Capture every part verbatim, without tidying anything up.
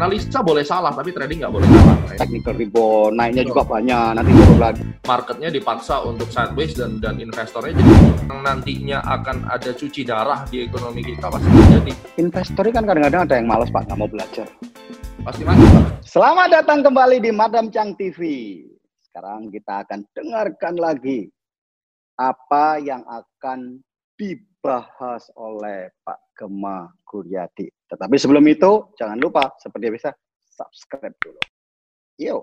analisa boleh salah, tapi trading nggak boleh salah. Technical rebound, naiknya juga banyak, nanti turun lagi. Marketnya dipaksa untuk sideways dan dan investornya jadi yang nantinya akan ada cuci darah di ekonomi kita pasti terjadi. Investor kan kadang-kadang ada yang malas Pak, nggak mau belajar. Pasti mati Pak. Selamat datang kembali di Madam Chang T V. Sekarang kita akan dengarkan lagi apa yang akan dibahas oleh Pak Gema Guryadi. Tetapi sebelum itu, jangan lupa seperti biasa subscribe dulu. Yuk.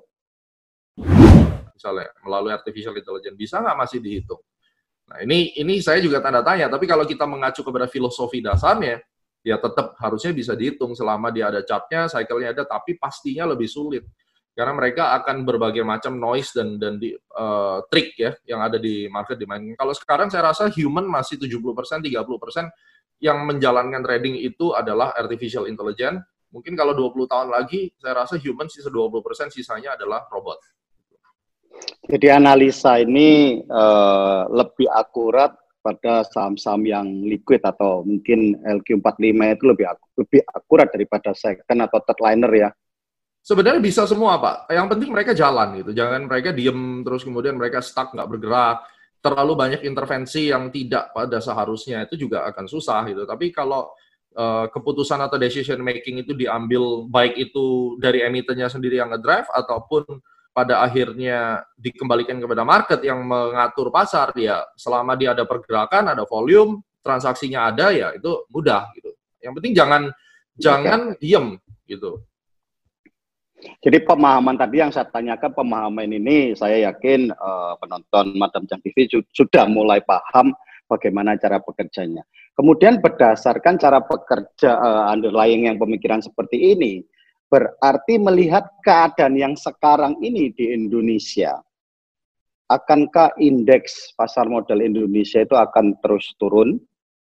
Misalnya melalui artificial intelligence bisa nggak masih dihitung? Nah ini ini saya juga tanda tanya. Tapi kalau kita mengacu kepada filosofi dasarnya, ya tetap harusnya bisa dihitung selama dia ada chartnya, cycle-nya ada. Tapi pastinya lebih sulit karena mereka akan berbagai macam noise dan dan di, uh, trik ya yang ada di market dimainkan. Kalau sekarang saya rasa human masih tujuh puluh persen, tiga puluh persen yang menjalankan trading itu adalah artificial intelligence. Mungkin kalau dua puluh tahun lagi, saya rasa human sisa dua puluh persen, sisanya adalah robot. Jadi analisa ini uh, lebih akurat pada saham-saham yang liquid atau mungkin L Q empat puluh lima itu lebih lebih akurat daripada second atau third liner ya. Sebenarnya bisa semua Pak. Yang penting mereka jalan gitu. Jangan mereka diem terus kemudian mereka stuck nggak bergerak. Terlalu banyak intervensi yang tidak pada seharusnya itu juga akan susah gitu. Tapi kalau uh, keputusan atau decision making itu diambil baik itu dari emitennya sendiri yang ngedrive ataupun pada akhirnya dikembalikan kepada market yang mengatur pasar, ya selama dia ada pergerakan, ada volume, transaksinya ada, ya itu mudah gitu. Yang penting jangan jangan diem gitu. Jadi pemahaman tadi yang saya tanyakan, pemahaman ini saya yakin uh, penonton Madam Chang T V sudah mulai paham bagaimana cara bekerjanya. Kemudian berdasarkan cara bekerja uh, underlying yang pemikiran seperti ini, berarti melihat keadaan yang sekarang ini di Indonesia, akankah indeks pasar modal Indonesia itu akan terus turun?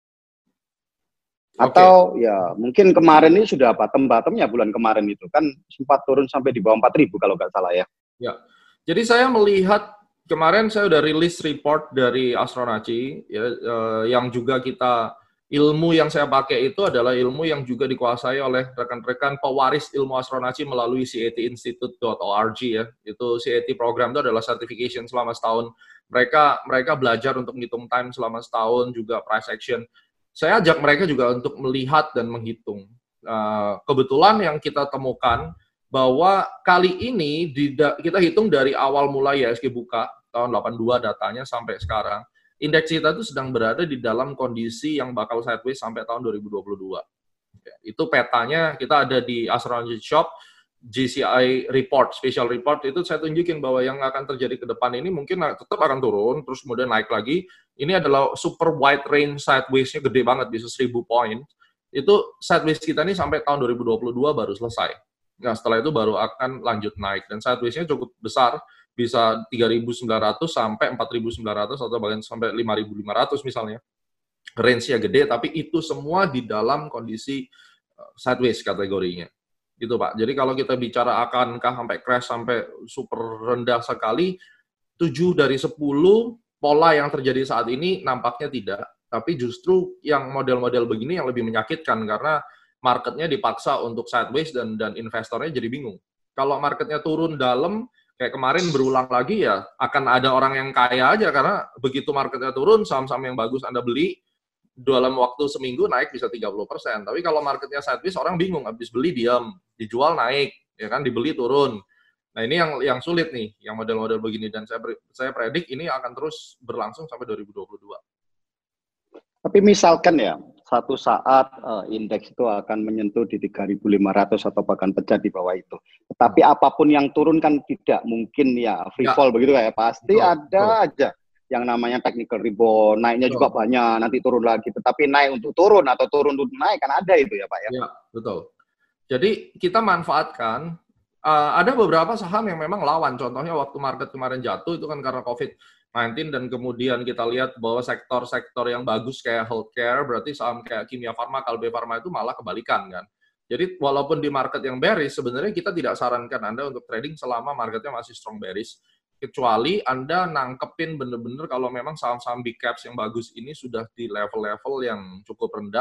Atau okay. ya mungkin kemarin ini sudah bottom-bottomnya bulan kemarin itu kan sempat turun sampai di bawah empat ribu kalau nggak salah ya. Ya, jadi saya melihat kemarin saya udah rilis report dari Astronaci ya, eh, yang juga kita ilmu yang saya pakai itu adalah ilmu yang juga dikuasai oleh rekan-rekan pewaris ilmu astronaci melalui C A T institute dot org ya. Itu C A T program itu adalah certification selama setahun. Mereka mereka belajar untuk menghitung time selama setahun, juga price action. Saya ajak mereka juga untuk melihat dan menghitung. Uh, kebetulan yang kita temukan bahwa kali ini kita hitung dari awal mulai I H S G buka tahun delapan puluh dua datanya sampai sekarang. Indeks kita itu sedang berada di dalam kondisi yang bakal sideways sampai tahun dua ribu dua puluh dua. Ya, itu petanya kita ada di Astronaci Shop, G C I report, special report, itu saya tunjukin bahwa yang akan terjadi ke depan ini mungkin tetap akan turun, terus kemudian naik lagi. Ini adalah super wide range sideways-nya gede banget, bisa seribu poin. Itu sideways kita ini sampai tahun dua ribu dua puluh dua baru selesai. Nah, setelah itu baru akan lanjut naik. Dan sideways-nya cukup besar, bisa tiga ribu sembilan ratus sampai empat ribu sembilan ratus atau bahkan sampai lima ribu lima ratus misalnya. Range-nya gede, tapi itu semua di dalam kondisi sideways kategorinya. Gitu Pak. Jadi kalau kita bicara akankah sampai crash sampai super rendah sekali, tujuh dari sepuluh pola yang terjadi saat ini nampaknya tidak. Tapi justru yang model-model begini yang lebih menyakitkan karena marketnya dipaksa untuk sideways dan dan investornya jadi bingung. Kalau marketnya turun dalam, kayak kemarin berulang lagi ya, akan ada orang yang kaya aja karena begitu marketnya turun, saham-saham yang bagus Anda beli, dalam waktu seminggu naik bisa tiga puluh persen. Tapi kalau marketnya sideways, orang bingung, habis beli diam, dijual naik, ya kan, dibeli turun. Nah ini yang yang sulit nih, yang model-model begini, dan saya saya predik ini akan terus berlangsung sampai dua ribu dua puluh dua. Tapi misalkan ya, satu saat uh, indeks itu akan menyentuh di tiga ribu lima ratus atau bahkan pecah di bawah itu. Tetapi hmm. apapun yang turun kan tidak mungkin ya free ya. fall begitu kayak pasti betul, ada betul. aja yang namanya technical rebound, naiknya betul. juga banyak, nanti turun lagi. Tetapi naik untuk turun atau turun untuk naik kan ada itu ya Pak ya. Ya betul. Jadi kita manfaatkan. Uh, ada beberapa saham yang memang lawan, contohnya waktu market kemarin jatuh itu kan karena covid sembilan belas dan kemudian kita lihat bahwa sektor-sektor yang bagus kayak healthcare, berarti saham kayak Kimia Farma, Kalbe Farma itu malah kebalikan kan. Jadi walaupun di market yang bearish, sebenarnya kita tidak sarankan Anda untuk trading selama marketnya masih strong bearish, kecuali Anda nangkepin bener-bener kalau memang saham-saham big caps yang bagus ini sudah di level-level yang cukup rendah,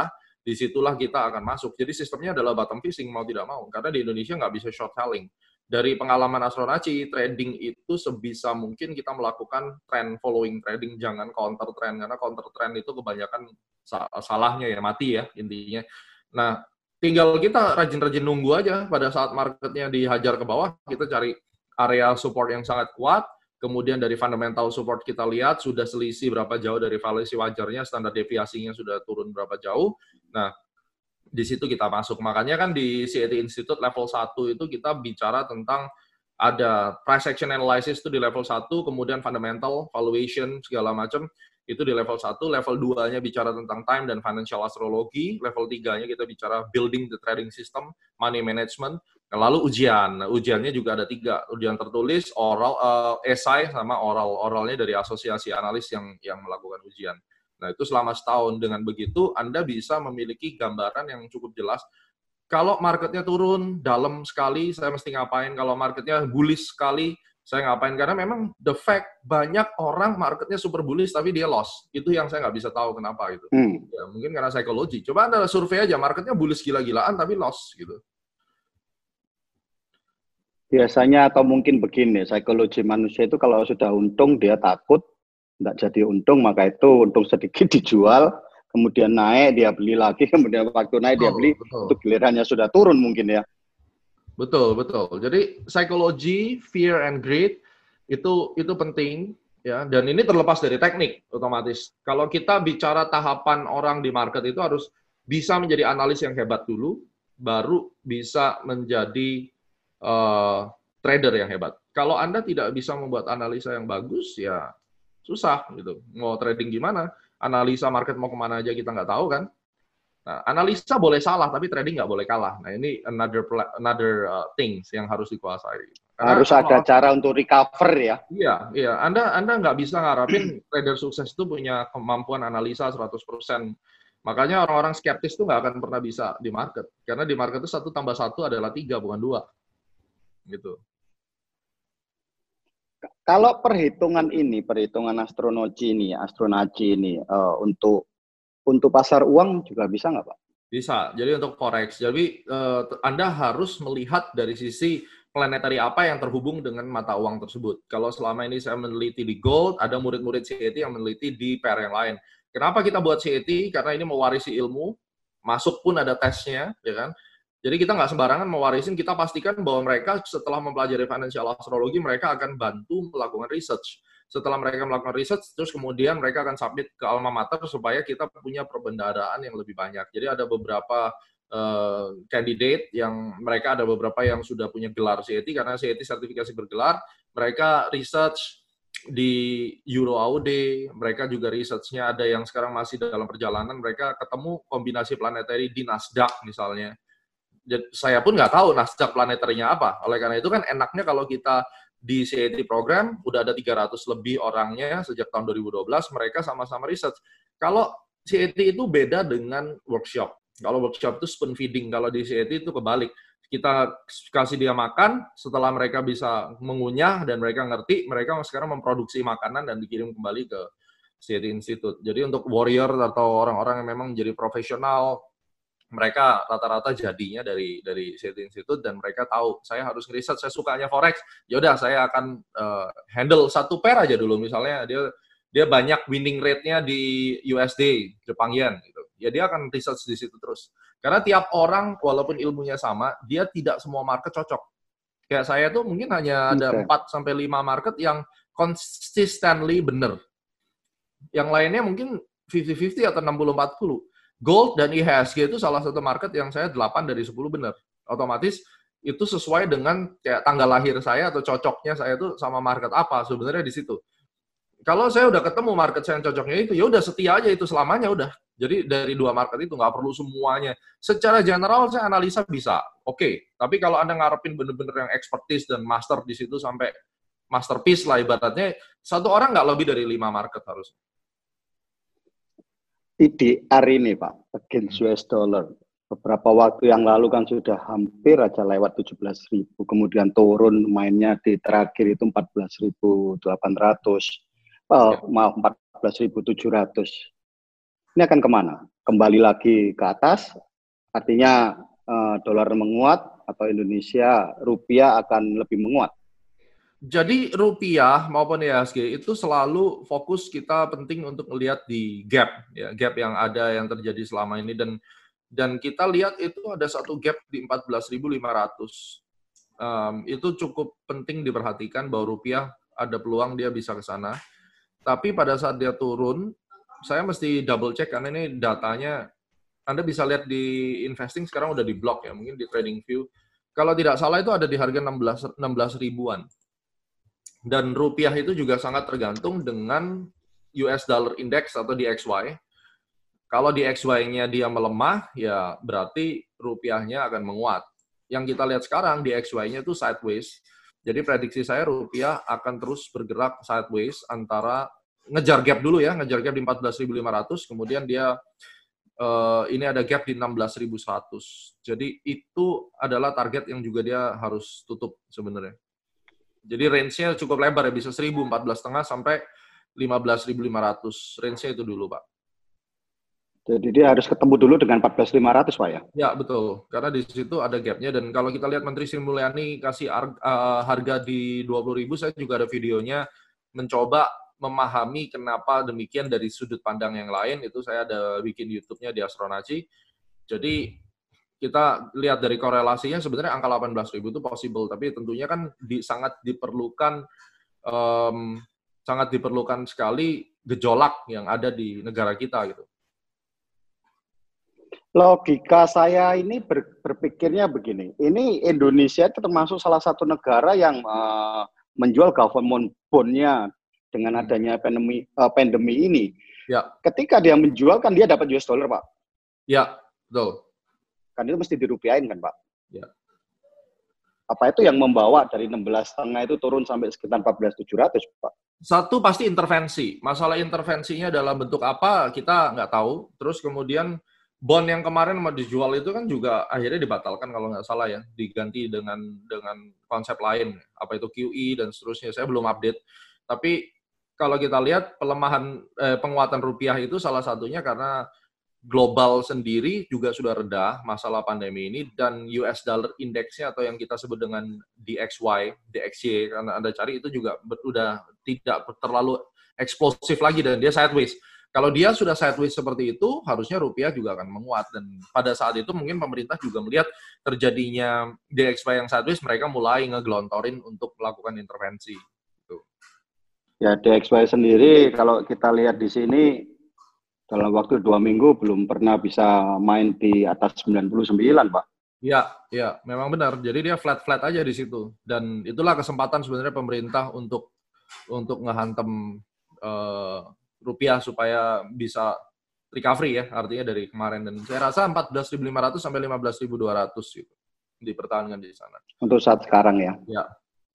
disitulah kita akan masuk. Jadi sistemnya adalah bottom fishing mau tidak mau, karena di Indonesia nggak bisa short selling. Dari pengalaman Astronaci, trading itu sebisa mungkin kita melakukan trend following trading, jangan counter trend, karena counter trend itu kebanyakan salahnya ya, mati ya intinya. Nah, tinggal kita rajin-rajin nunggu aja pada saat marketnya dihajar ke bawah, kita cari area support yang sangat kuat, kemudian dari fundamental support kita lihat sudah selisih berapa jauh dari valuasi wajarnya, standar deviasinya sudah turun berapa jauh. Nah, di situ kita masuk. Makanya kan di C A T Institute level satu itu kita bicara tentang ada price action analysis itu di level satu, kemudian fundamental, valuation, segala macam, itu di level satu. Level dua-nya bicara tentang time dan financial astrology. Level tiga-nya kita bicara building the trading system, money management. Lalu ujian. Nah, ujiannya juga ada tiga. Ujian tertulis, oral, uh, esai, sama oral. Oralnya dari asosiasi analis yang yang melakukan ujian. Nah, itu selama setahun. Dengan begitu, Anda bisa memiliki gambaran yang cukup jelas. Kalau marketnya turun dalam sekali, saya mesti ngapain? Kalau marketnya bullish sekali, saya ngapain? Karena memang the fact, banyak orang marketnya super bullish, tapi dia loss. Itu yang saya nggak bisa tahu kenapa gitu. Hmm. Ya, mungkin karena psikologi. Coba Anda survei aja, marketnya bullish gila-gilaan, tapi loss gitu. Biasanya atau mungkin begini, psikologi manusia itu kalau sudah untung, dia takut. Nggak jadi untung, maka itu untung sedikit dijual, kemudian naik, dia beli lagi, kemudian waktu naik, betul, dia beli, betul. Itu gilirannya sudah turun mungkin ya. Betul, betul. Jadi psikologi, fear and greed, itu itu penting, ya. Dan ini terlepas dari teknik, otomatis. Kalau kita bicara tahapan orang di market itu harus bisa menjadi analis yang hebat dulu, baru bisa menjadi uh, trader yang hebat. Kalau Anda tidak bisa membuat analisa yang bagus, ya susah gitu. Mau trading gimana? Analisa market mau kemana aja kita nggak tahu kan. Nah, analisa boleh salah, tapi trading nggak boleh kalah. Nah, ini another another uh, things yang harus dikuasai. Karena harus ada cara untuk recover ya. Iya, iya. Anda Anda nggak bisa ngarapin trader sukses itu punya kemampuan analisa seratus persen. Makanya orang-orang skeptis itu nggak akan pernah bisa di market. Karena di market itu satu tambah satu adalah tiga, bukan dua. Gitu. Kalau perhitungan ini, perhitungan astronomi ini, astronaci ini, uh, untuk untuk pasar uang juga bisa nggak, Pak? Bisa. Jadi untuk forex, jadi uh, Anda harus melihat dari sisi planetary apa yang terhubung dengan mata uang tersebut. Kalau selama ini saya meneliti di gold, ada murid-murid C A T yang meneliti di pair yang lain. Kenapa kita buat C A T? Karena ini mewarisi ilmu, masuk pun ada tesnya, ya kan? Jadi kita nggak sembarangan mewarisin, kita pastikan bahwa mereka setelah mempelajari financial astrologi, mereka akan bantu melakukan research. Setelah mereka melakukan research, terus kemudian mereka akan submit ke alma mater supaya kita punya perbendaharaan yang lebih banyak. Jadi ada beberapa uh, candidate yang mereka ada beberapa yang sudah punya gelar C A T, karena C A T sertifikasi bergelar, mereka research di Euro A U D, mereka juga research-nya ada yang sekarang masih dalam perjalanan, mereka ketemu kombinasi planetary di Nasdaq misalnya. Jadi, saya pun nggak tahu Nasdaq planetarinya apa. Oleh karena itu kan enaknya kalau kita di C A T program, udah ada tiga ratus lebih orangnya sejak tahun dua ribu dua belas, mereka sama-sama research. Kalau C A T itu beda dengan workshop. Kalau workshop itu spoon feeding, kalau di C A T itu kebalik. Kita kasih dia makan, setelah mereka bisa mengunyah dan mereka ngerti, mereka sekarang memproduksi makanan dan dikirim kembali ke C A T Institute. Jadi untuk warrior atau orang-orang yang memang menjadi profesional, mereka rata-rata jadinya dari dari C A T Institute dan mereka tahu saya harus ngeriset, saya sukanya forex, ya udah saya akan uh, handle satu pair aja dulu, misalnya dia dia banyak winning rate-nya di U S D, Jepang Yen gitu. Ya dia akan research di situ terus. Karena tiap orang walaupun ilmunya sama, dia tidak semua market cocok. Kayak saya tuh mungkin hanya ada okay. empat sampai lima market yang consistently benar. Yang lainnya mungkin lima puluh lima puluh atau enam puluh empat puluh. Gold dan I H S G itu salah satu market yang saya delapan dari sepuluh benar. Otomatis itu sesuai dengan kayak tanggal lahir saya atau cocoknya saya tuh sama market apa sebenarnya di situ. Kalau saya udah ketemu market saya yang cocoknya itu, ya udah setia aja itu selamanya udah. Jadi dari dua market itu nggak perlu semuanya. Secara general saya analisa bisa, oke. Okay. Tapi kalau Anda ngarepin bener-bener yang expertise dan master di situ sampai masterpiece lah ibaratnya, satu orang nggak lebih dari lima market harus. T D R ini Pak, against U S dollar, beberapa waktu yang lalu kan sudah hampir aja lewat tujuh belas ribu, kemudian turun mainnya di terakhir itu empat belas ribu delapan ratus, oh, ya. Maaf empat belas ribu tujuh ratus. ini akan kemana? Kembali lagi ke atas, artinya uh, dolar menguat atau Indonesia rupiah akan lebih menguat? Jadi rupiah maupun I H S G itu selalu fokus kita penting untuk melihat di gap, ya gap yang ada yang terjadi selama ini dan dan kita lihat itu ada satu gap di empat belas ribu lima ratus. Um, itu cukup penting diperhatikan bahwa rupiah ada peluang dia bisa ke sana. Tapi pada saat dia turun, saya mesti double check karena ini datanya Anda bisa lihat di investing sekarang udah di blok ya, mungkin di TradingView. Kalau tidak salah itu ada di harga enam belas ribuan. Dan rupiah itu juga sangat tergantung dengan U S dollar index atau D X Y. Kalau D X Y-nya dia melemah, ya berarti rupiahnya akan menguat. Yang kita lihat sekarang D X Y-nya itu sideways. Jadi prediksi saya rupiah akan terus bergerak sideways antara ngejar gap dulu ya, ngejar gap di empat belas ribu lima ratus, kemudian dia uh, ini ada gap di enam belas ribu seratus. Jadi itu adalah target yang juga dia harus tutup sebenarnya. Jadi range-nya cukup lebar ya, bisa seribu, empat belas koma lima sampai lima belas ribu lima ratus. Range-nya itu dulu, Pak. Jadi dia harus ketemu dulu dengan empat belas ribu lima ratus, Pak ya? Ya, betul. Karena di situ ada gap-nya. Dan kalau kita lihat Menteri Sri Mulyani kasih harga di dua puluh ribu, saya juga ada videonya mencoba memahami kenapa demikian dari sudut pandang yang lain. Itu saya ada bikin YouTube-nya di Astronaci. Jadi kita lihat dari korelasinya sebenarnya angka delapan belas ribu itu possible, tapi tentunya kan di, sangat diperlukan um, sangat diperlukan sekali gejolak yang ada di negara kita gitu. Logika saya ini ber, berpikirnya begini, ini Indonesia itu termasuk salah satu negara yang uh, menjual government bond-nya dengan adanya pandemi, uh, pandemi ini. Ya. Ketika dia menjual kan dia dapat U S dollar, Pak. Ya, betul. Kan itu mesti dirupiahin kan, Pak? Ya. Apa itu yang membawa dari enam belas koma lima itu turun sampai sekitar empat belas ribu tujuh ratus, Pak? Satu pasti intervensi. Masalah intervensinya dalam bentuk apa kita nggak tahu. Terus kemudian bond yang kemarin mau dijual itu kan juga akhirnya dibatalkan kalau nggak salah ya, diganti dengan dengan konsep lain, apa itu Q E dan seterusnya. Saya belum update. Tapi kalau kita lihat pelemahan eh, penguatan rupiah itu salah satunya karena global sendiri juga sudah reda masalah pandemi ini dan U S dollar index-nya atau yang kita sebut dengan D X Y, D X Y karena Anda cari itu juga sudah tidak terlalu eksplosif lagi dan dia sideways. Kalau dia sudah sideways seperti itu, harusnya rupiah juga akan menguat dan pada saat itu mungkin pemerintah juga melihat terjadinya D X Y yang sideways, mereka mulai ngegelontorin untuk melakukan intervensi. Gitu. Ya D X Y sendiri kalau kita lihat di sini dalam waktu dua minggu belum pernah bisa main di atas sembilan puluh sembilan, Pak. Ya, ya, memang benar. Jadi dia flat-flat aja di situ. Dan itulah kesempatan sebenarnya pemerintah untuk untuk ngehantem uh, rupiah supaya bisa recovery ya, artinya dari kemarin. Dan saya rasa empat belas ribu lima ratus sampai lima belas ribu dua ratus gitu, dipertahankan di sana. Untuk saat sekarang ya? Ya.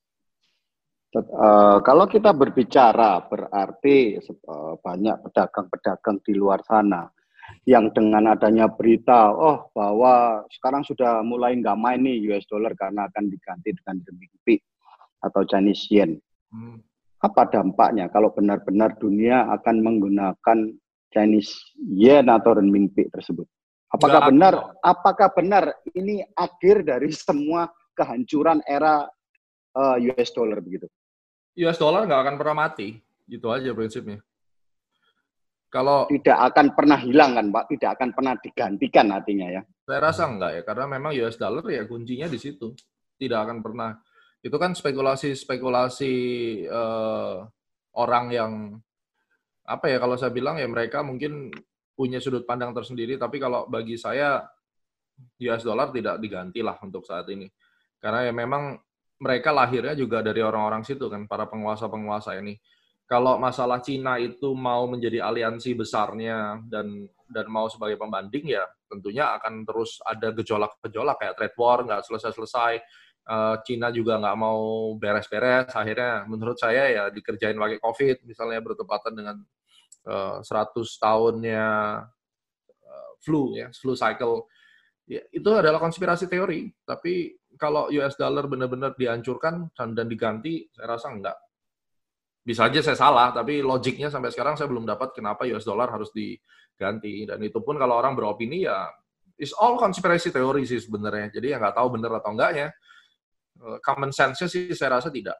Uh, kalau kita berbicara berarti uh, banyak pedagang-pedagang di luar sana yang dengan adanya berita, oh bahwa sekarang sudah mulai nggak main nih U S dollar karena akan diganti dengan renminbi atau Chinese yen. Hmm. Apa dampaknya kalau benar-benar dunia akan menggunakan Chinese yen atau renminbi tersebut? Apakah gak benar? Akan. Apakah benar ini akhir dari semua kehancuran era uh, U S dollar begitu? U S dollar nggak akan pernah mati, gitu aja prinsipnya. Kalau tidak akan pernah hilang kan, Pak? Tidak akan pernah digantikan artinya ya? Saya rasa enggak ya, karena memang U S dollar ya kuncinya di situ. Tidak akan pernah. Itu kan spekulasi-spekulasi uh, orang yang apa ya kalau saya bilang ya mereka mungkin punya sudut pandang tersendiri, tapi kalau bagi saya U S dollar tidak diganti lah untuk saat ini. Karena ya memang mereka lahirnya juga dari orang-orang situ kan, para penguasa-penguasa ini. Kalau masalah Cina itu mau menjadi aliansi besarnya dan dan mau sebagai pembanding ya tentunya akan terus ada gejolak-gejolak kayak trade war nggak selesai-selesai. Cina juga nggak mau beres-beres. Akhirnya menurut saya ya dikerjain pakai COVID misalnya bertepatan dengan seratus tahunnya flu ya, flu cycle. Ya, itu adalah konspirasi teori, tapi kalau U S dollar benar-benar dihancurkan dan, dan diganti, saya rasa enggak. Bisa aja saya salah, tapi logiknya sampai sekarang saya belum dapat kenapa U S dollar harus diganti. Dan itu pun kalau orang beropini ya, it's all conspiracy theory sih sebenarnya. Jadi ya nggak tahu benar atau enggaknya. Common sense-nya sih saya rasa tidak.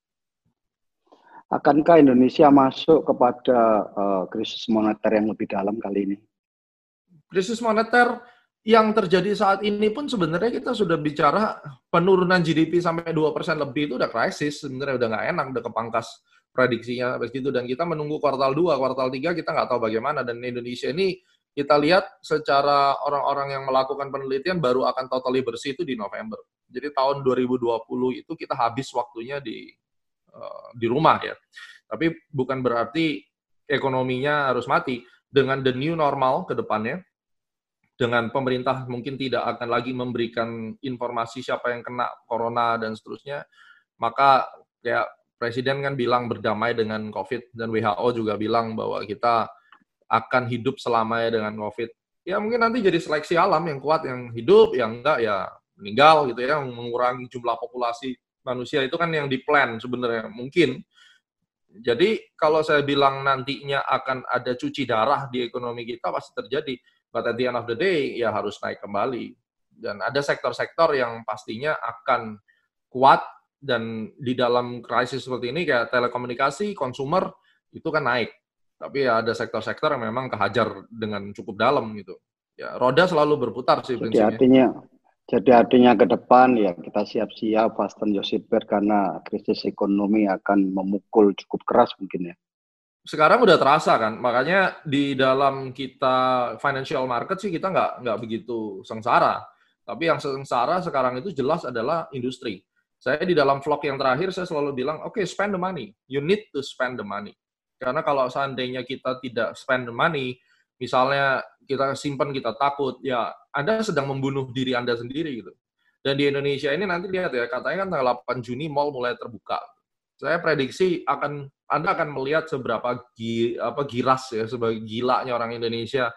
Akankah Indonesia masuk kepada uh, krisis moneter yang lebih dalam kali ini? Krisis moneter yang terjadi saat ini pun sebenarnya kita sudah bicara penurunan G D P sampai dua persen lebih itu udah krisis, sebenarnya udah nggak enak, udah kepangkas prediksinya begitu, dan kita menunggu kuartal dua, kuartal tiga kita nggak tahu bagaimana, dan Indonesia ini kita lihat secara orang-orang yang melakukan penelitian baru akan totally bersih itu di November. Jadi tahun dua ribu dua puluh itu kita habis waktunya di uh, di rumah ya. Tapi bukan berarti ekonominya harus mati. Dengan the new normal ke depannya, dengan pemerintah mungkin tidak akan lagi memberikan informasi siapa yang kena corona dan seterusnya, maka kayak Presiden kan bilang berdamai dengan COVID, dan W H O juga bilang bahwa kita akan hidup selamanya dengan COVID. Ya mungkin nanti jadi seleksi alam, yang kuat yang hidup, yang enggak ya meninggal gitu ya, mengurangi jumlah populasi manusia itu kan yang di-plan sebenarnya mungkin. Jadi kalau saya bilang nantinya akan ada cuci darah di ekonomi kita pasti terjadi. But at the end of the day ya harus naik kembali. Dan ada sektor-sektor yang pastinya akan kuat, dan di dalam krisis seperti ini kayak telekomunikasi, consumer itu kan naik. Tapi ya ada sektor-sektor yang memang kehajar dengan cukup dalam gitu. Ya roda selalu berputar sih Jadi prinsipnya. artinya Jadi artinya ke depan ya kita siap-siap fasten your seatbelt karena krisis ekonomi akan memukul cukup keras mungkin ya. Sekarang udah terasa kan, makanya di dalam kita financial market sih kita nggak nggak begitu sengsara. Tapi yang sengsara sekarang itu jelas adalah industri. Saya di dalam vlog yang terakhir saya selalu bilang, oke, okay, spend the money. You need to spend the money. Karena kalau seandainya kita tidak spend the money, misalnya kita simpan, kita takut, ya Anda sedang membunuh diri Anda sendiri gitu. Dan di Indonesia ini nanti lihat ya, katanya kan tanggal delapan Juni mall mulai terbuka. Saya prediksi akan Anda akan melihat seberapa gi, apa, giras ya, sebagai gilanya orang Indonesia.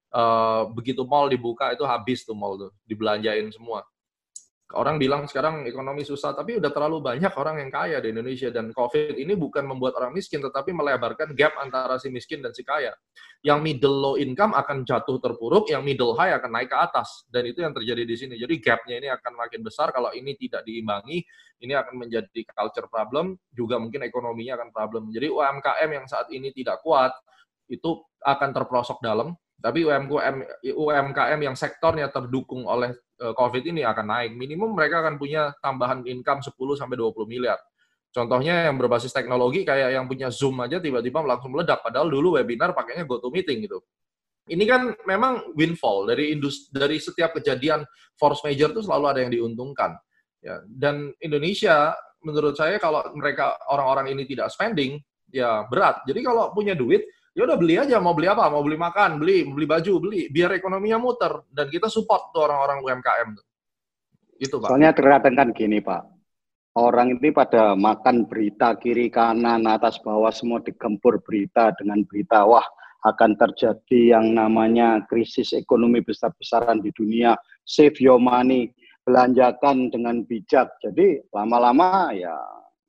Uh, begitu mall dibuka itu habis tuh mall tuh, dibelanjain semua. Orang bilang sekarang ekonomi susah, tapi udah terlalu banyak orang yang kaya di Indonesia, dan COVID ini bukan membuat orang miskin, tetapi melebarkan gap antara si miskin dan si kaya. Yang middle low income akan jatuh terpuruk, yang middle high akan naik ke atas, dan itu yang terjadi di sini. Jadi gapnya ini akan makin besar kalau ini tidak diimbangi, ini akan menjadi culture problem, juga mungkin ekonominya akan problem. Jadi U M K M yang saat ini tidak kuat, itu akan terperosok dalam, tapi U M K M, U M K M yang sektornya terdukung oleh COVID ini akan naik. Minimum mereka akan punya tambahan income sepuluh sampai dua puluh miliar. Contohnya yang berbasis teknologi kayak yang punya Zoom aja tiba-tiba langsung meledak, padahal dulu webinar pakainya GoToMeeting gitu. Ini kan memang windfall dari industri, dari setiap kejadian force major itu selalu ada yang diuntungkan. Ya, dan Indonesia menurut saya kalau mereka orang-orang ini tidak spending, ya berat. Jadi kalau punya duit, ya udah beli aja, mau beli apa, mau beli makan, beli, beli baju, beli, biar ekonominya muter, dan kita support tuh orang-orang U M K M. Itu Pak. Soalnya kelihatan kan gini Pak, orang ini pada makan berita kiri kanan atas bawah semua digempur berita dengan berita, wah akan terjadi yang namanya krisis ekonomi besar-besaran di dunia, save your money, belanjakan dengan bijak. Jadi lama-lama ya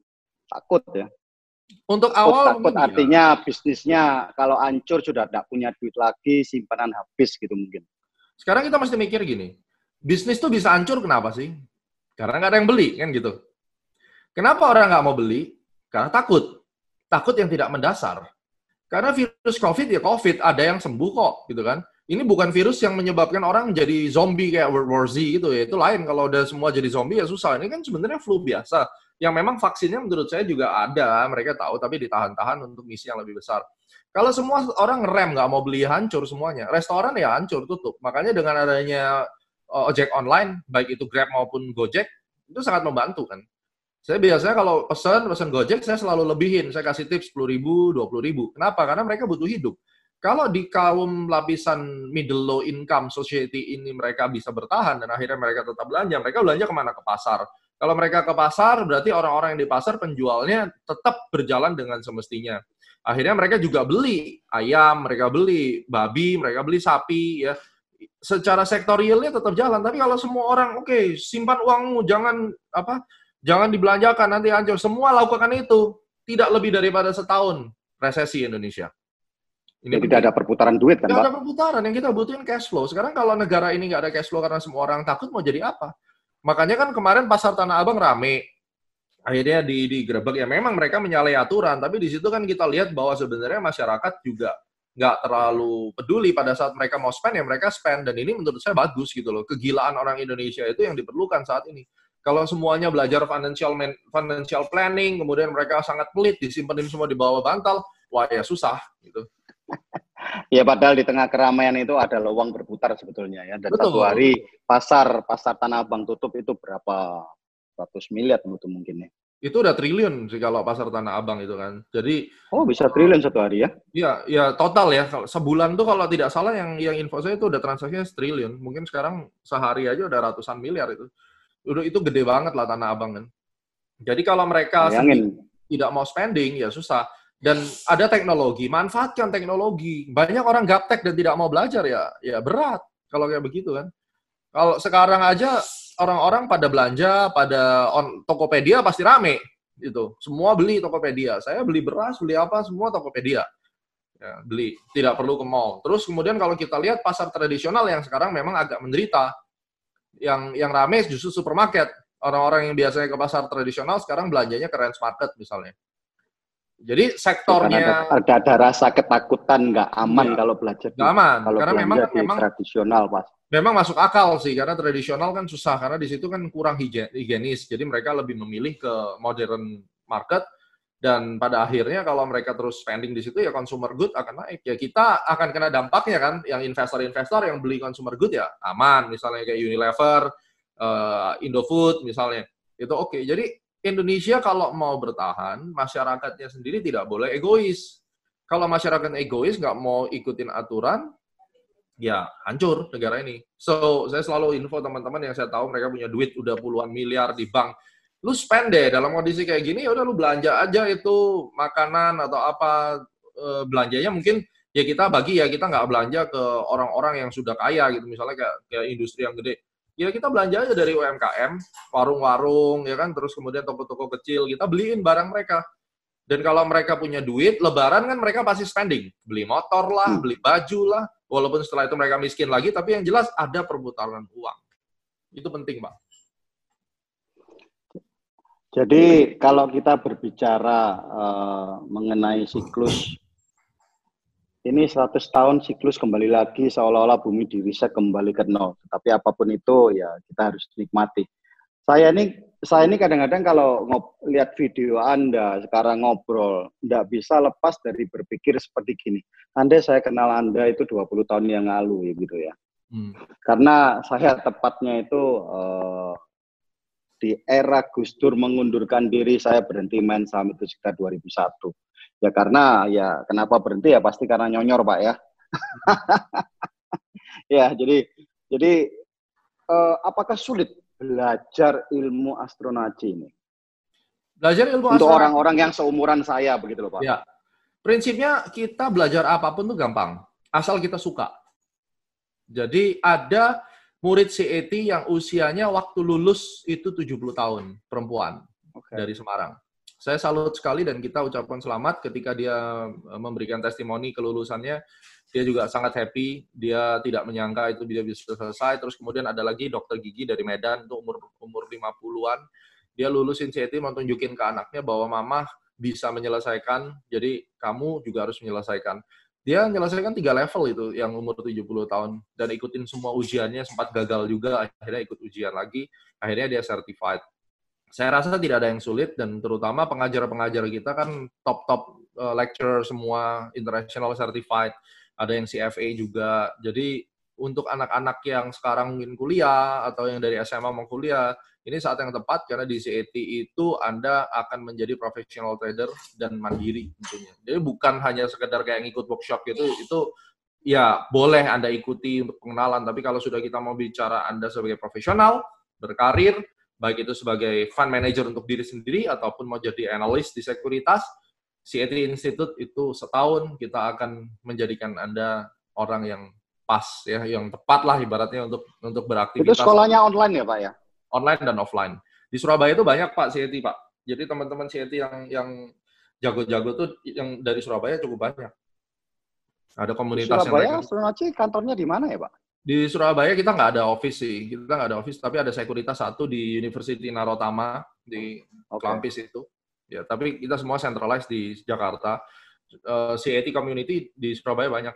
takut ya. Untuk awal takut artinya ya, bisnisnya kalau hancur sudah tidak punya duit lagi, simpanan habis gitu mungkin. Sekarang kita mesti mikir gini, bisnis tuh bisa hancur kenapa sih? Karena nggak ada yang beli kan gitu. Kenapa orang nggak mau beli? Karena takut. Takut yang tidak mendasar. Karena virus COVID ya COVID, ada yang sembuh kok gitu kan. Ini bukan virus yang menyebabkan orang jadi zombie kayak World War Z gitu ya. Itu lain, kalau udah semua jadi zombie ya susah. Ini kan sebenarnya flu biasa. Yang memang vaksinnya menurut saya juga ada, mereka tahu, tapi ditahan-tahan untuk misi yang lebih besar. Kalau semua orang ngerem, nggak mau beli, hancur semuanya. Restoran ya hancur, tutup. Makanya dengan adanya ojek online, baik itu Grab maupun Gojek, itu sangat membantu kan. Saya biasanya kalau pesan, pesan Gojek, saya selalu lebihin. Saya kasih tips sepuluh ribu, dua puluh ribu. Kenapa? Karena mereka butuh hidup. Kalau di kaum lapisan middle low income society ini mereka bisa bertahan, dan akhirnya mereka tetap belanja, mereka belanja kemana? Ke pasar. Kalau mereka ke pasar, berarti orang-orang yang di pasar penjualnya tetap berjalan dengan semestinya. Akhirnya mereka juga beli ayam, mereka beli babi, mereka beli sapi, ya. Secara sektorialnya tetap jalan. Tapi kalau semua orang, oke, okay, simpan uangmu, jangan apa, jangan dibelanjakan, nanti hancur. Semua lakukan itu. tidak lebih daripada setahun resesi Indonesia. Ini ya, tidak ada perputaran duit kan, Pak? Tidak ada perputaran, yang kita butuhin cash flow. Sekarang kalau negara ini nggak ada cash flow karena semua orang takut, mau jadi apa? Makanya kan kemarin pasar Tanah Abang rame. Akhirnya di digerebek, ya memang mereka menyalahi aturan, tapi di situ kan kita lihat bahwa sebenarnya masyarakat juga nggak terlalu peduli pada saat mereka mau spend, ya mereka spend, dan ini menurut saya bagus gitu loh. Kegilaan orang Indonesia itu yang diperlukan saat ini. Kalau semuanya belajar financial man, financial planning, kemudian mereka sangat pelit, disimpanin semua di bawah bantal, wah ya susah gitu. Ya padahal di tengah keramaian itu ada uang berputar sebetulnya ya. Dan Betul. satu hari pasar pasar Tanah Abang tutup itu berapa ratus miliar itu mungkin ya. Itu udah triliun sih kalau pasar Tanah Abang itu kan. Jadi oh bisa triliun satu hari ya? Iya, ya total ya. Sebulan tuh kalau tidak salah yang yang info saya itu udah transaksinya triliun. Mungkin sekarang sehari aja udah ratusan miliar itu. Udah itu gede banget lah Tanah Abang kan. Jadi kalau mereka tidak mau spending ya susah. Dan ada teknologi, manfaatkan teknologi. Banyak orang gaptek dan tidak mau belajar ya, ya berat kalau kayak begitu kan. Kalau sekarang aja orang-orang pada belanja, pada on Tokopedia pasti rame gitu. Semua beli Tokopedia. Saya beli beras, beli apa semua Tokopedia. Ya, beli, tidak perlu ke mall. Terus kemudian kalau kita lihat pasar tradisional yang sekarang memang agak menderita. Yang yang rame justru supermarket. Orang-orang yang biasanya ke pasar tradisional sekarang belanjanya ke range market misalnya. Jadi sektornya ada, ada, ada rasa ketakutan nggak aman ya, kalau belajar nggak aman kalau karena memang di memang tradisional Pak. Memang masuk akal sih karena tradisional kan susah karena di situ kan kurang higienis. Jadi mereka lebih memilih ke modern market dan pada akhirnya kalau mereka terus spending di situ ya consumer good akan naik. Ya kita akan kena dampaknya kan yang investor-investor yang beli consumer good ya aman misalnya kayak Unilever, uh, Indofood misalnya. Itu oke. Okay. Jadi Indonesia kalau mau bertahan, masyarakatnya sendiri tidak boleh egois. Kalau masyarakat egois, nggak mau ikutin aturan, ya hancur negara ini. So, saya selalu info teman-teman yang saya tahu mereka punya duit udah puluhan miliar di bank. Lu spend deh dalam kondisi kayak gini, ya udah lu belanja aja itu makanan atau apa, e, belanjanya mungkin ya kita bagi ya, kita nggak belanja ke orang-orang yang sudah kaya gitu, misalnya kayak, kayak industri yang gede. Ya kita belanja aja dari U M K M, warung-warung, ya kan, terus kemudian toko-toko kecil, kita beliin barang mereka. Dan kalau mereka punya duit, lebaran kan mereka pasti spending. Beli motor lah, beli baju lah, walaupun setelah itu mereka miskin lagi, tapi yang jelas ada perputaran uang. Itu penting, Pak. Jadi kalau kita berbicara uh, mengenai siklus, ini seratus tahun siklus kembali lagi seolah-olah bumi diriset kembali ke nol. Tapi apapun itu ya kita harus nikmati. Saya ini saya ini kadang-kadang kalau lihat video Anda sekarang ngobrol, nggak bisa lepas dari berpikir seperti gini. Andai saya kenal Anda itu dua puluh tahun yang lalu ya gitu ya. Hmm. Karena saya tepatnya itu uh, di era Gus Dur mengundurkan diri, saya berhenti main saham itu sekitar dua ribu satu. Ya karena ya kenapa berhenti ya pasti karena nyonyor Pak ya. Ya jadi jadi eh, apakah sulit belajar ilmu astronaci ini? Belajar ilmu untuk astronaci untuk orang-orang yang seumuran saya begitu loh Pak. Ya. Prinsipnya kita belajar apapun tuh gampang, asal kita suka. Jadi ada murid C E T yang usianya waktu lulus itu tujuh puluh tahun, perempuan okay. dari Semarang. Saya salut sekali dan kita ucapkan selamat ketika dia memberikan testimoni kelulusannya. Dia juga sangat happy, dia tidak menyangka itu dia bisa selesai. Terus kemudian ada lagi dokter gigi dari Medan, itu umur umur lima puluhan. Dia lulusin C E T mau tunjukin ke anaknya bahwa mama bisa menyelesaikan, jadi kamu juga harus menyelesaikan. Dia menyelesaikan tiga level itu yang umur tujuh puluh tahun dan ikutin semua ujiannya, sempat gagal juga, akhirnya ikut ujian lagi, akhirnya dia certified. Saya rasa tidak ada yang sulit dan terutama pengajar-pengajar kita kan top-top uh, lecturer semua, international certified, ada yang C F A juga. Jadi untuk anak-anak yang sekarang ingin kuliah atau yang dari S M A mau kuliah, ini saat yang tepat karena di C E T itu Anda akan menjadi professional trader dan mandiri tentunya. Jadi bukan hanya sekedar kayak ngikut workshop gitu, itu ya boleh Anda ikuti untuk pengenalan, tapi kalau sudah kita mau bicara Anda sebagai profesional, berkarir, baik itu sebagai fund manager untuk diri sendiri ataupun mau jadi analis di sekuritas, C E T Institute itu setahun kita akan menjadikan Anda orang yang pas ya, yang tepat lah ibaratnya untuk untuk beraktivitas. Itu sekolahnya online ya Pak ya? Online dan offline. Di Surabaya itu banyak Pak C E T Pak. Jadi teman-teman C E T yang yang jago-jago tuh yang dari Surabaya cukup banyak. Ada Di komunitas yang Surabaya, mereka. Astronaci kantornya di mana ya, Pak? Di Surabaya kita nggak ada office sih, kita nggak ada office, tapi ada sekuritas satu di University Narotama di Oke, Klampis itu. Ya, tapi kita semua centralized di Jakarta. Uh, C A T community di Surabaya banyak.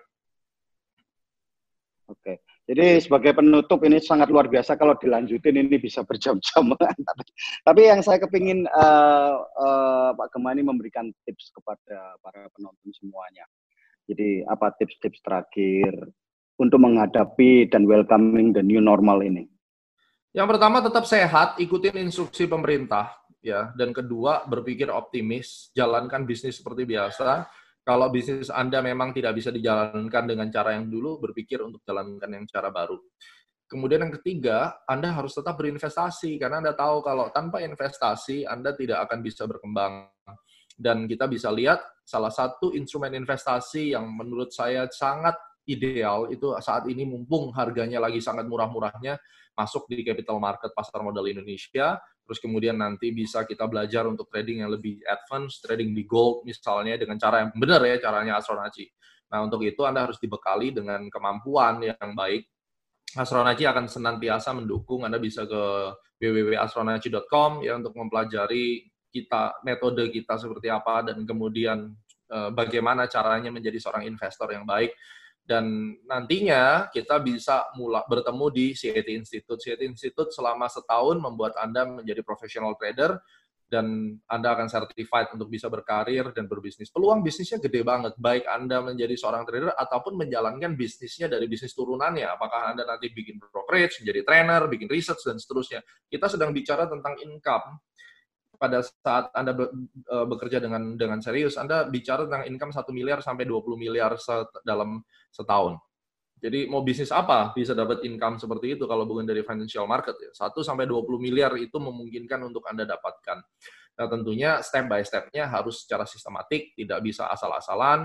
oke. Jadi sebagai penutup ini sangat luar biasa kalau dilanjutin ini bisa berjam-jam. tapi, tapi yang saya kepingin uh, uh, Pak Gemma ini memberikan tips kepada para penonton semuanya. Jadi apa tips-tips terakhir untuk menghadapi dan welcoming the new normal ini? Yang pertama tetap sehat, ikutin instruksi pemerintah, ya. Dan kedua berpikir optimis, jalankan bisnis seperti biasa. Kalau bisnis Anda memang tidak bisa dijalankan dengan cara yang dulu, berpikir untuk jalankan yang cara baru. Kemudian yang ketiga, Anda harus tetap berinvestasi, karena Anda tahu kalau tanpa investasi, Anda tidak akan bisa berkembang. Dan kita bisa lihat salah satu instrumen investasi yang menurut saya sangat ideal itu saat ini mumpung harganya lagi sangat murah-murahnya masuk di capital market pasar modal Indonesia, terus kemudian nanti bisa kita belajar untuk trading yang lebih advance, trading di gold misalnya dengan cara yang benar ya, caranya Astronaci. Nah, untuk itu Anda harus dibekali dengan kemampuan yang baik. Astronaci akan senantiasa mendukung. Anda bisa ke w w w titik astronaci titik com ya untuk mempelajari kita metode kita seperti apa dan kemudian eh, bagaimana caranya menjadi seorang investor yang baik. Dan nantinya kita bisa mulai bertemu di C A T Institute. C A T Institute selama setahun membuat Anda menjadi professional trader dan Anda akan certified untuk bisa berkarir dan berbisnis. Peluang bisnisnya gede banget, baik Anda menjadi seorang trader ataupun menjalankan bisnisnya dari bisnis turunannya. Apakah Anda nanti bikin brokerage, menjadi trainer, bikin research, dan seterusnya. Kita sedang bicara tentang income. Pada saat Anda bekerja dengan dengan serius, Anda bicara tentang income satu miliar sampai dua puluh miliar set, dalam setahun. Jadi mau bisnis apa bisa dapat income seperti itu kalau bukan dari financial market ya. satu sampai dua puluh miliar itu memungkinkan untuk Anda dapatkan. Nah, tentunya step by step-nya harus secara sistematik, tidak bisa asal-asalan.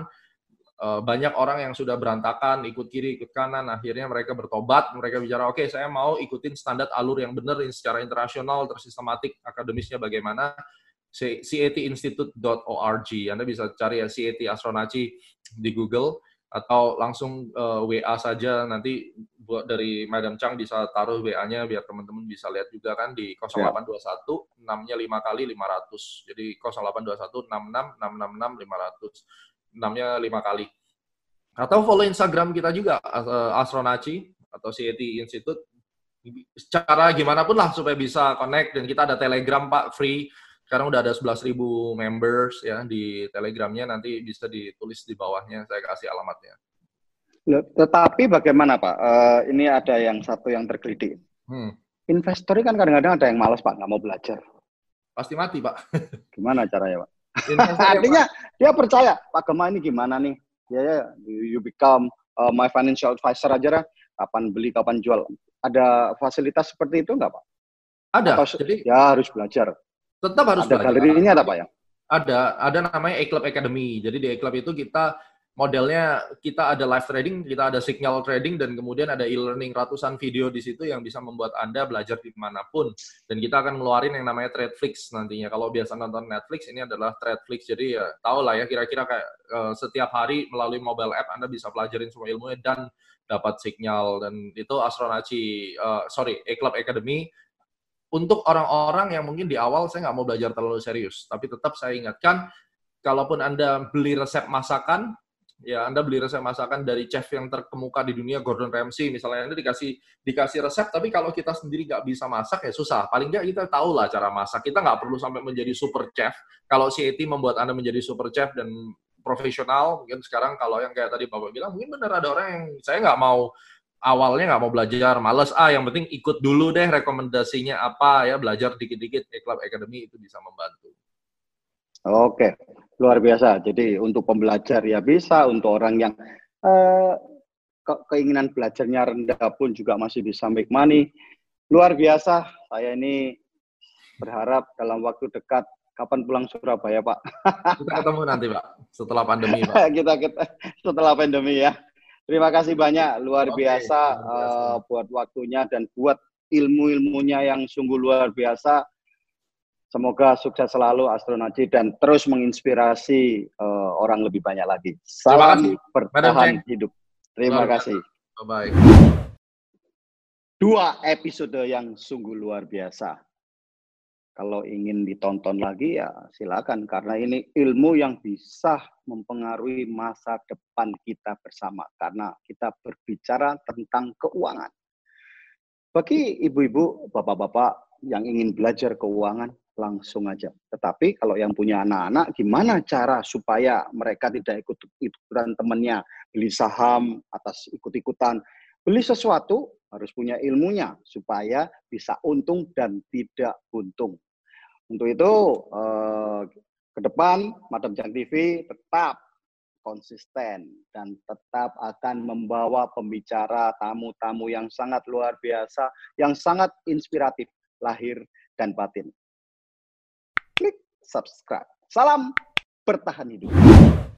Banyak orang yang sudah berantakan, ikut kiri, ikut kanan, akhirnya mereka bertobat, mereka bicara, oke, okay, saya mau ikutin standar alur yang benar secara internasional, tersistematik, akademisnya bagaimana, c a t institute dot org. Anda bisa cari ya C A T Astronaci di Google, atau langsung uh, W A saja, nanti buat dari Madam Chang bisa taruh W A-nya biar teman-teman bisa lihat juga kan di nol delapan dua satu enam-nya lima kali lima ratus. Jadi nol delapan dua satu enam enam enam enam enam lima ratus. enam-nya lima kali. Atau follow Instagram kita juga uh, Astronaci atau C A T Institute. Cara gimana pun lah supaya bisa connect, dan kita ada Telegram Pak free. Sekarang udah ada sebelas ribu members ya di Telegramnya, nanti bisa ditulis di bawahnya, saya kasih alamatnya. Tetapi bagaimana Pak? Uh, ini ada yang satu yang tergelitik. Hmm. Investor kan kadang-kadang ada yang malas Pak, nggak mau belajar. Pasti mati Pak. Gimana caranya Pak? Artinya dia percaya, Pak Gemma ini gimana nih? Ya, ya, you become uh, my financial advisor aja lah. Kapan beli, kapan jual. Ada fasilitas seperti itu nggak Pak? Ada. Atau, jadi ya harus belajar. Tetap harus ada belajar. Galerinya ada Pak ya? Ada, ada namanya E-Club Academy. Jadi di E-Club itu kita modelnya kita ada live trading, kita ada signal trading, dan kemudian ada e-learning ratusan video di situ yang bisa membuat Anda belajar dimanapun. Dan kita akan ngeluarin yang namanya Tradeflix nantinya. Kalau biasa nonton Netflix, ini adalah Tradeflix. Jadi ya tahu lah ya kira-kira kayak uh, setiap hari melalui mobile app Anda bisa pelajarin semua ilmunya dan dapat signal. Dan itu Astronaci, uh, sorry, E-Club Academy. Untuk orang-orang yang mungkin di awal saya nggak mau belajar terlalu serius, tapi tetap saya ingatkan, kalaupun Anda beli resep masakan, ya Anda beli resep masakan dari chef yang terkemuka di dunia, Gordon Ramsay misalnya, Anda dikasih dikasih resep, tapi kalau kita sendiri nggak bisa masak ya susah. Paling nggak kita tahu lah cara masak. Kita nggak perlu sampai menjadi super chef. Kalau C A T membuat Anda menjadi super chef dan profesional, mungkin sekarang kalau yang kayak tadi Bapak bilang, mungkin benar ada orang yang saya nggak mau awalnya nggak mau belajar, males, ah yang penting ikut dulu deh rekomendasinya apa ya, belajar dikit-dikit, E-Club Academy itu bisa membantu. Oke, luar biasa. Jadi untuk pembelajar ya bisa, untuk orang yang eh, ke keinginan belajarnya rendah pun juga masih bisa make money. Luar biasa, saya ini berharap dalam waktu dekat, kapan pulang Surabaya Pak? Kita ketemu nanti Pak, setelah pandemi Pak. kita, kita setelah pandemi ya. Terima kasih banyak, luar Oke, biasa, luar biasa. Uh, buat waktunya dan buat ilmu-ilmunya yang sungguh luar biasa. Semoga sukses selalu Astronaci dan terus menginspirasi uh, orang lebih banyak lagi. Salam bertahan hidup. Terima luar kasih. Bye-bye. Dua episode yang sungguh luar biasa. Kalau ingin ditonton lagi ya silakan, karena ini ilmu yang bisa mempengaruhi masa depan kita bersama. Karena kita berbicara tentang keuangan. Bagi ibu-ibu, bapak-bapak yang ingin belajar keuangan, langsung aja. Tetapi kalau yang punya anak-anak, gimana cara supaya mereka tidak ikut-ikutan temannya, beli saham atas ikut-ikutan, beli sesuatu harus punya ilmunya supaya bisa untung dan tidak buntung. Untuk itu, eh, ke depan Madam Jang T V tetap konsisten dan tetap akan membawa pembicara tamu-tamu yang sangat luar biasa, yang sangat inspiratif, lahir dan batin. Klik subscribe. Salam bertahan hidup.